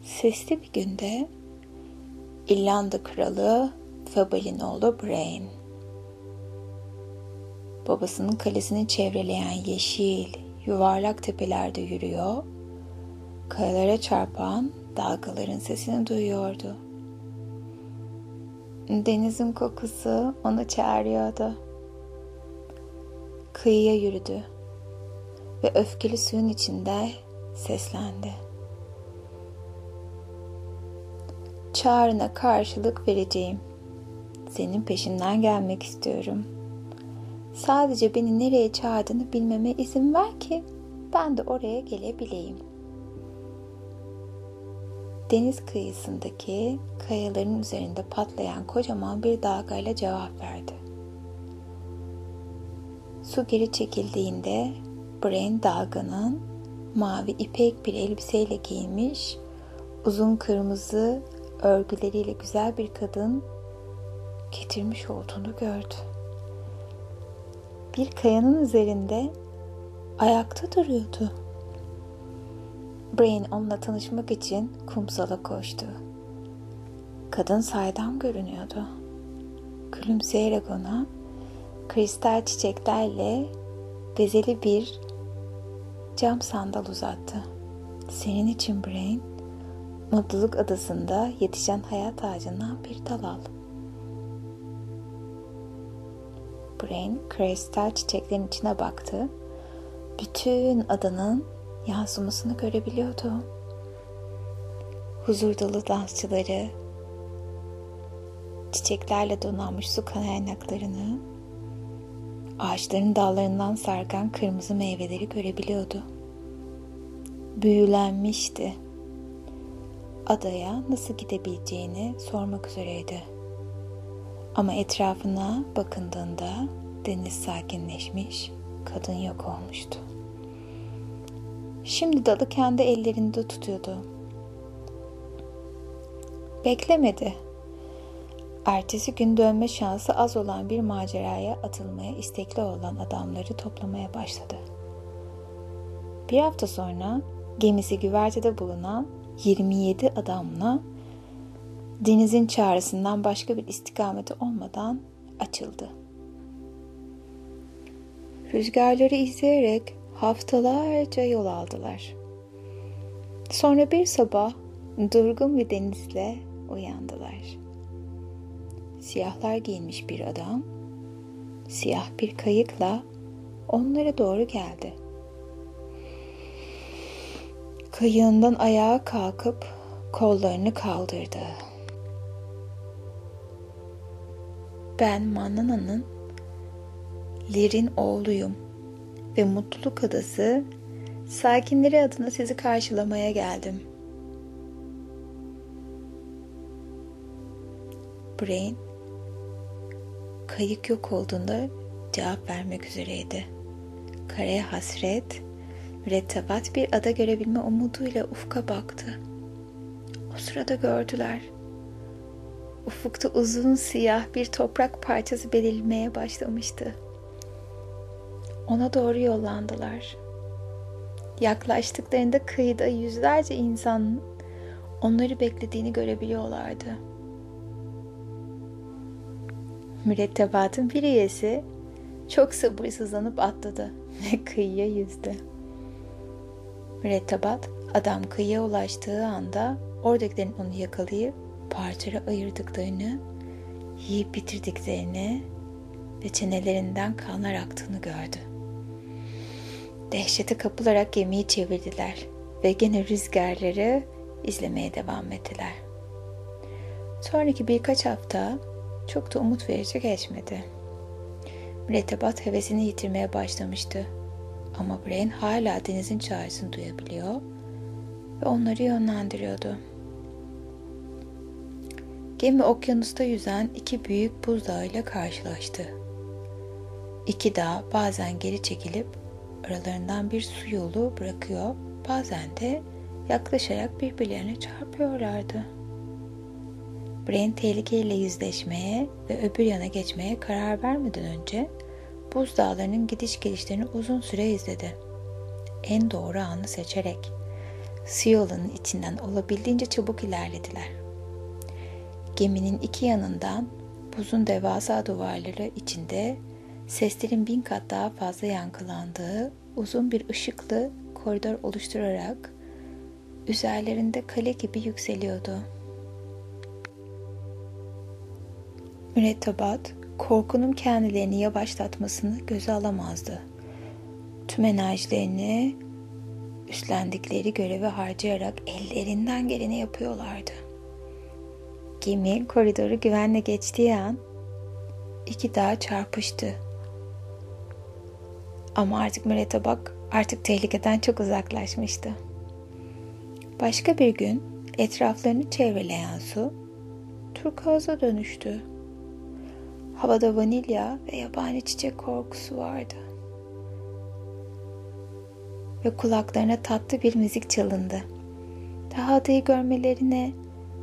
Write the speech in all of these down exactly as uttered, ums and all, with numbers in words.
Sesli bir günde İrlanda kralı Fëbel'in oğlu Brain, babasının kalesini çevreleyen yeşil, yuvarlak tepelerde yürüyor, kayalara çarpan dalgaların sesini duyuyordu. Denizin kokusu onu çağırıyordu. Kıyıya yürüdü ve öfkeli suyun içinde seslendi. Çağrına karşılık vereceğim. Senin peşinden gelmek istiyorum. Sadece beni nereye çağırdığını bilmeme izin ver ki ben de oraya gelebileyim. Deniz kıyısındaki kayaların üzerinde patlayan kocaman bir dalgayla cevap verdi. Su geri çekildiğinde Brain dalganın mavi ipek bir elbiseyle giyinmiş, uzun kırmızı örgüleriyle güzel bir kadın getirmiş olduğunu gördü. Bir kayanın üzerinde ayakta duruyordu. Brain onunla tanışmak için kumsala koştu. Kadın saydam görünüyordu. Gülümseyerek ona kristal çiçeklerle bezeli bir cam sandal uzattı. Senin için Brain, Mutluluk Adası'nda yetişen hayat ağacından bir dal al. Brain kristal çiçeklerin içine baktı. Bütün adanın yansımasını görebiliyordu. Huzur dolu dansçıları, çiçeklerle donanmış su kaynaklarını, ağaçların dallarından sarkan kırmızı meyveleri görebiliyordu. Büyülenmişti. Adaya nasıl gidebileceğini sormak üzereydi. Ama etrafına bakındığında deniz sakinleşmiş, kadın yok olmuştu. Şimdi dalı kendi ellerinde tutuyordu. Beklemedi. Ertesi gün dönme şansı az olan bir maceraya atılmaya istekli olan adamları toplamaya başladı. Bir hafta sonra gemisi güvertede bulunan yirmi yedi adamla denizin çağrısından başka bir istikameti olmadan açıldı. Rüzgarları izleyerek haftalarca yol aldılar. Sonra bir sabah durgun bir denizle uyandılar. Siyahlar giyinmiş bir adam, siyah bir kayıkla onlara doğru geldi. Kayığından ayağa kalkıp kollarını kaldırdı. Ben Manana'nın Lir'in oğluyum ve Mutluluk Adası sakinleri adına sizi karşılamaya geldim. Brain, kayık yok olduğunda cevap vermek üzereydi. Karaya hasret, mürettebat bir ada görebilme umuduyla ufka baktı. O sırada gördüler. Ufukta uzun siyah bir toprak parçası belirmeye başlamıştı. Ona doğru yollandılar. Yaklaştıklarında kıyıda yüzlerce insan onları beklediğini görebiliyorlardı. Mürettebatın bir üyesi çok sabırsızlanıp atladı ve kıyıya yüzdü. Mürettebat adam kıyıya ulaştığı anda oradakilerin onu yakalayıp parçalara ayırdıklarını, yiyip bitirdiklerini ve çenelerinden kanlar aktığını gördü. Dehşete kapılarak gemiyi çevirdiler ve gene rüzgarları izlemeye devam ettiler. Sonraki birkaç hafta çok da umut verici geçmedi. Mürettebat hevesini yitirmeye başlamıştı. Ama Brain hala denizin çağrısını duyabiliyor ve onları yönlendiriyordu. Gemi okyanusta yüzen iki büyük buzdağıyla karşılaştı. İki dağ bazen geri çekilip aralarından bir su yolu bırakıyor, bazen de yaklaşarak birbirlerine çarpıyorlardı. Brain tehlikeyle yüzleşmeye ve öbür yana geçmeye karar vermeden önce buzdağlarının gidiş gelişlerini uzun süre izledi. En doğru anı seçerek Siyola'nın içinden olabildiğince çabuk ilerlediler. Geminin iki yanından buzun devasa duvarları içinde seslerin bin kat daha fazla yankılandığı uzun bir ışıklı koridor oluşturarak üzerlerinde kale gibi yükseliyordu. Mürettebat, korkunun kendilerini yavaşlatmasını göze alamazdı. Tüm enerjilerini üstlendikleri görevi harcayarak ellerinden geleni yapıyorlardı. Gemi koridoru güvenle geçtiği an iki dağ çarpıştı. Ama artık mürettebat artık tehlikeden çok uzaklaşmıştı. Başka bir gün etraflarını çevreleyen su turkuaza dönüştü. Havada vanilya ve yabani çiçek kokusu vardı. Ve kulaklarına tatlı bir müzik çalındı. Daha adayı görmelerine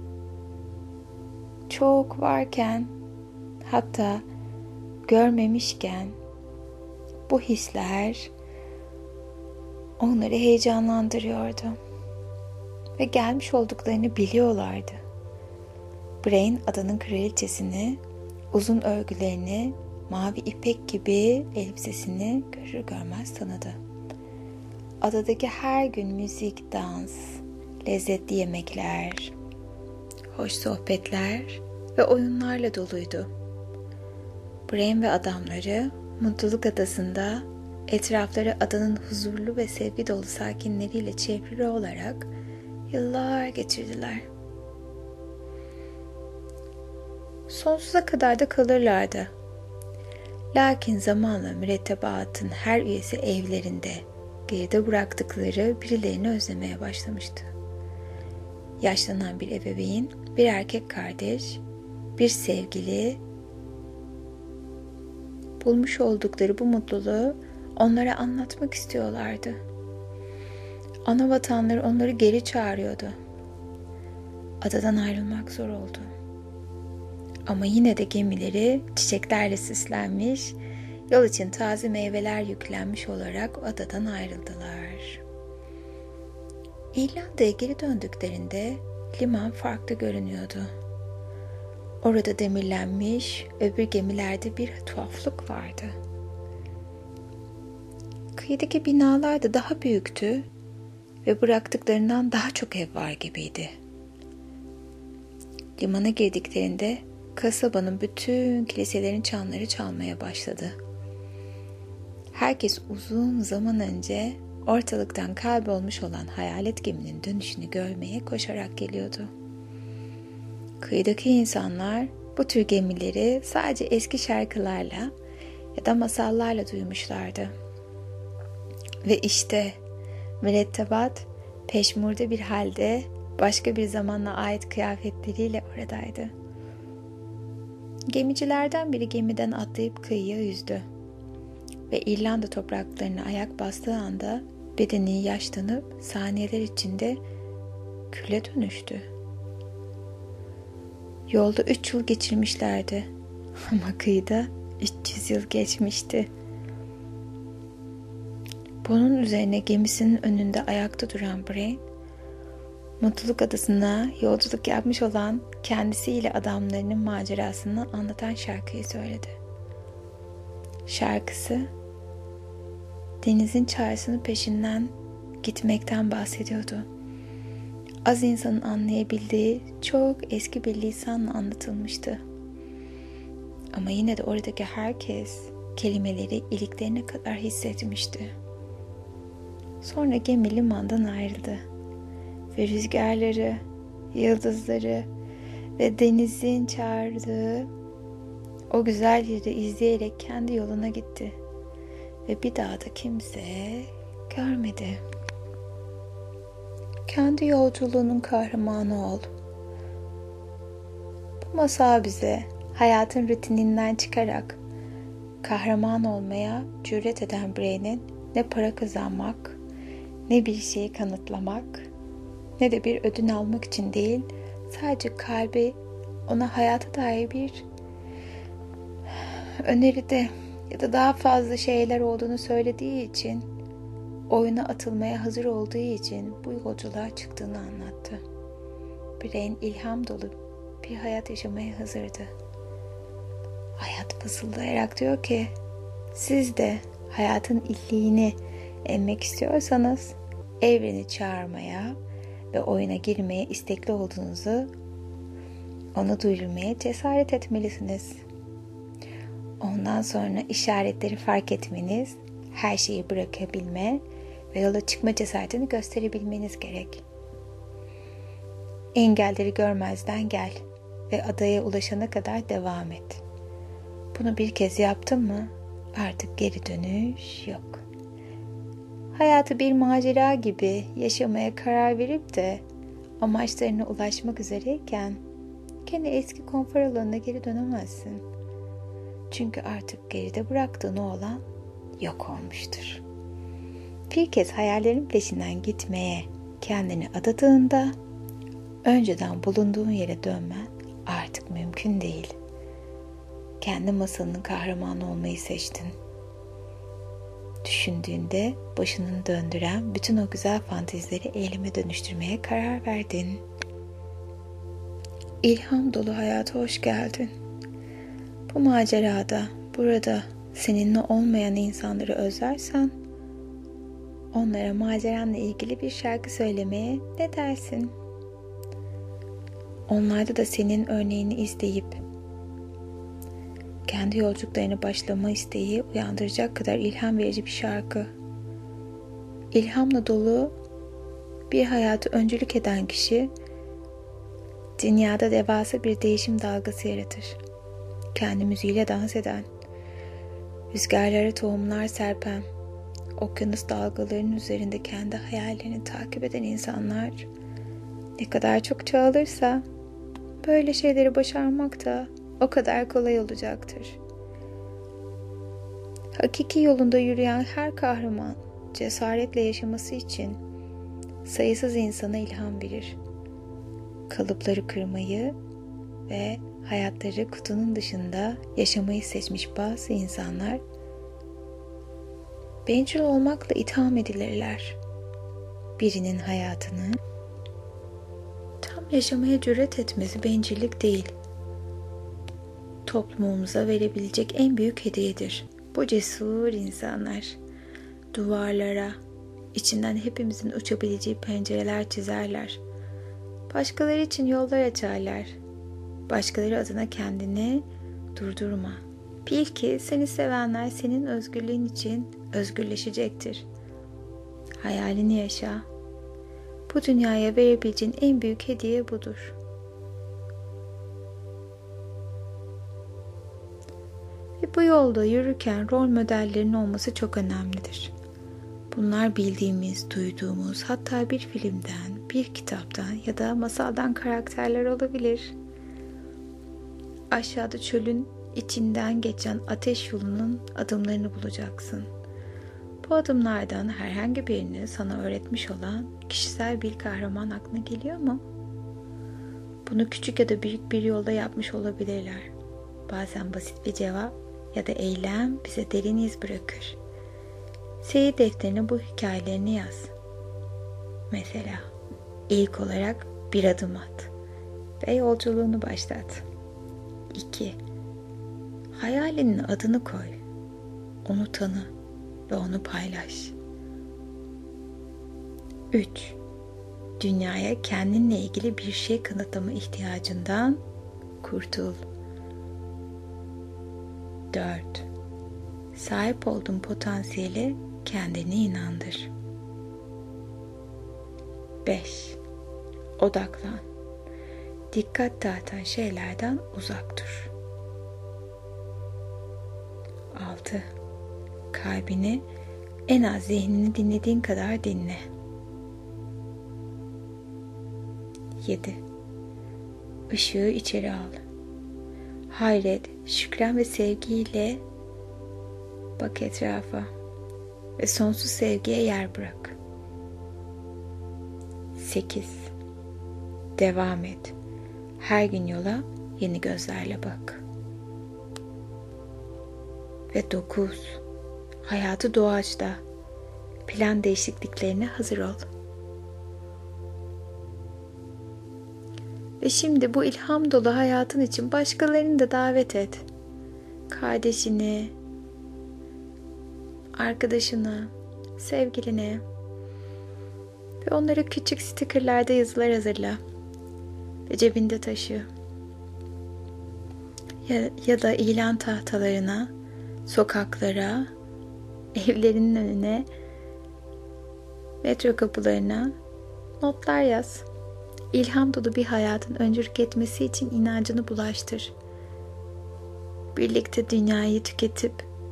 çok varken, hatta görmemişken bu hisler onları heyecanlandırıyordu. Ve gelmiş olduklarını biliyorlardı. Brain adanın kraliçesini, uzun örgülerini, mavi ipek gibi elbisesini görür görmez tanıdı. Adadaki her gün müzik, dans, lezzetli yemekler, hoş sohbetler ve oyunlarla doluydu. Brain ve adamları Mutluluk Adası'nda etrafları adanın huzurlu ve sevgi dolu sakinleriyle çevrili olarak yıllar geçirdiler. Sonsuza kadar da kalırlardı. Lakin zamanla mürettebatın her üyesi evlerinde geride bıraktıkları birilerini özlemeye başlamıştı. Yaşlanan bir ebeveyn, bir erkek kardeş, bir sevgili, bulmuş oldukları bu mutluluğu onlara anlatmak istiyorlardı. Ana vatanları onları geri çağırıyordu. Adadan ayrılmak zor oldu. Ama yine de gemileri çiçeklerle süslenmiş, yol için taze meyveler yüklenmiş olarak adadan ayrıldılar. İrlanda'ya geri döndüklerinde liman farklı görünüyordu. Orada demirlenmiş, öbür gemilerde bir tuhaflık vardı. Kıyıdaki binalar da daha büyüktü ve bıraktıklarından daha çok ev var gibiydi. Limana girdiklerinde kasabanın bütün kiliselerin çanları çalmaya başladı. Herkes uzun zaman önce ortalıktan kaybolmuş olan hayalet geminin dönüşünü görmeye koşarak geliyordu. Kıyıdaki insanlar bu tür gemileri sadece eski şarkılarla ya da masallarla duymuşlardı. Ve işte mürettebat peşmurde bir halde başka bir zamana ait kıyafetleriyle oradaydı. Gemicilerden biri gemiden atlayıp kıyıya yüzdü. Ve İrlanda topraklarına ayak bastığı anda bedeni yaşlanıp saniyeler içinde küle dönüştü. Yolda üç yıl geçirmişlerdi ama kıyıda üç yüz yıl geçmişti. Bunun üzerine gemisinin önünde ayakta duran Brain, Mutluluk Adası'na yolculuk yapmış olan kendisiyle adamlarının macerasını anlatan şarkıyı söyledi. Şarkısı, denizin çağrısının peşinden gitmekten bahsediyordu. Az insanın anlayabildiği çok eski bir lisanla anlatılmıştı. Ama yine de oradaki herkes kelimeleri iliklerine kadar hissetmişti. Sonra gemi limandan ayrıldı ve rüzgarları, yıldızları ve denizin çağırdığı o güzel yeri izleyerek kendi yoluna gitti ve bir daha da kimse görmedi. Kendi yolculuğunun kahramanı ol. Bu masal bize hayatın rutininden çıkarak kahraman olmaya cüret eden Brain'in ne para kazanmak, ne bir şeyi kanıtlamak, ne de bir ödün almak için değil, sadece kalbi ona hayata dair bir öneride ya da daha fazla şeyler olduğunu söylediği için oyuna atılmaya hazır olduğu için bu yolculuğa çıktığını anlattı. Brain ilham dolu bir hayat yaşamaya hazırdı. Hayat fısıldayarak diyor ki, siz de hayatın illiğini emmek istiyorsanız evreni çağırmaya ve oyuna girmeye istekli olduğunuzu onu duyurmaya cesaret etmelisiniz. Ondan sonra işaretleri fark etmeniz, her şeyi bırakabilme ve yola çıkma cesaretini gösterebilmeniz gerek. Engelleri görmezden gel ve adaya ulaşana kadar devam et. Bunu bir kez yaptın mı artık geri dönüş yok. Hayatı bir macera gibi yaşamaya karar verip de amaçlarına ulaşmak üzereyken kendi eski konfor alanına geri dönemezsin. Çünkü artık geride bıraktığın o alan yok olmuştur. Bir kez hayallerin peşinden gitmeye kendini adadığında önceden bulunduğun yere dönmen artık mümkün değil. Kendi masalının kahramanı olmayı seçtin. Düşündüğünde başını döndüren bütün o güzel fantezileri eyleme dönüştürmeye karar verdin. İlham dolu hayata hoş geldin. Bu macerada, burada seninle olmayan insanları özlersen, onlara maceranla ilgili bir şarkı söylemeye ne dersin? Onlarda da senin örneğini izleyip, kendi yolculuklarına başlama isteği uyandıracak kadar ilham verici bir şarkı. İlhamla dolu bir hayatı öncülük eden kişi, dünyada devasa bir değişim dalgası yaratır. Kendi müziğiyle dans eden, rüzgarlara tohumlar serpen, okyanus dalgalarının üzerinde kendi hayallerini takip eden insanlar ne kadar çok çoğalırsa böyle şeyleri başarmak da o kadar kolay olacaktır. Hakiki yolunda yürüyen her kahraman cesaretle yaşaması için sayısız insana ilham verir. Kalıpları kırmayı ve hayatları kutunun dışında yaşamayı seçmiş bazı insanlar bencil olmakla itham edilirler. Birinin hayatını tam yaşamaya cüret etmesi bencillik değil, toplumumuza verebilecek en büyük hediyedir. Bu cesur insanlar duvarlara, içinden hepimizin uçabileceği pencereler çizerler. Başkaları için yollar açarlar. Başkaları adına kendini durdurma. Bil ki seni sevenler senin özgürlüğün için özgürleşecektir. Hayalini yaşa. Bu dünyaya verebileceğin en büyük hediye budur. Ve bu yolda yürürken rol modellerin olması çok önemlidir. Bunlar bildiğimiz, duyduğumuz, hatta bir filmden, bir kitaptan ya da masaldan karakterler olabilir. Aşağıda çölün içinden geçen ateş yolunun adımlarını bulacaksın. Bu adımlardan herhangi birini sana öğretmiş olan kişisel bir kahraman aklına geliyor mu? Bunu küçük ya da büyük bir yolda yapmış olabilirler. Bazen basit bir cevap ya da eylem bize derin iz bırakır. Seyir defterine bu hikayelerini yaz. Mesela ilk olarak bir adım at ve yolculuğunu başlat. iki. Hayalinin adını koy. Onu tanı ve onu paylaş. üç. Dünyaya kendinle ilgili bir şey kanıtlama ihtiyacından kurtul. dört. Sahip olduğun potansiyele kendini inandır. beş. Odaklan. Dikkat dağıtan şeylerden uzak dur. altı. Kalbini en az zihnini dinlediğin kadar dinle. yedi. Işığı içeri al. Hayret, şükran ve sevgiyle bak etrafa ve sonsuz sevgiye yer bırak. sekiz. Devam et. Her gün yola yeni gözlerle bak. Ve dokuz. Hayatı doğaçta, plan değişikliklerine hazır ol. Ve şimdi bu ilham dolu hayatın için başkalarını da davet et. Kardeşini, arkadaşını, sevgilini ve onlara küçük stikerlerde yazılar hazırla ve cebinde taşı. Ya, ya da ilan tahtalarına, sokaklara, evlerinin önüne, metro kapılarına notlar yaz. İlham dolu bir hayatın öncülük etmesi için inancını bulaştır. Birlikte dünyayı tüketip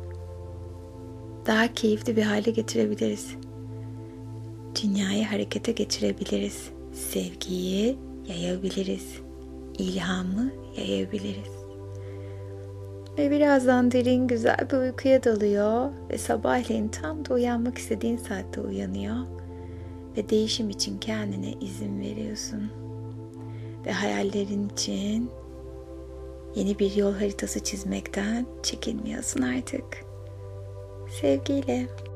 daha keyifli bir hale getirebiliriz. Dünyayı harekete geçirebiliriz. Sevgiyi yayabiliriz. İlhamı yayabiliriz. Ve birazdan derin güzel bir uykuya dalıyor ve sabahleyin tam da uyanmak istediğin saatte uyanıyor ve değişim için kendine izin veriyorsun. Ve hayallerin için yeni bir yol haritası çizmekten çekinmiyorsun artık. Sevgiyle.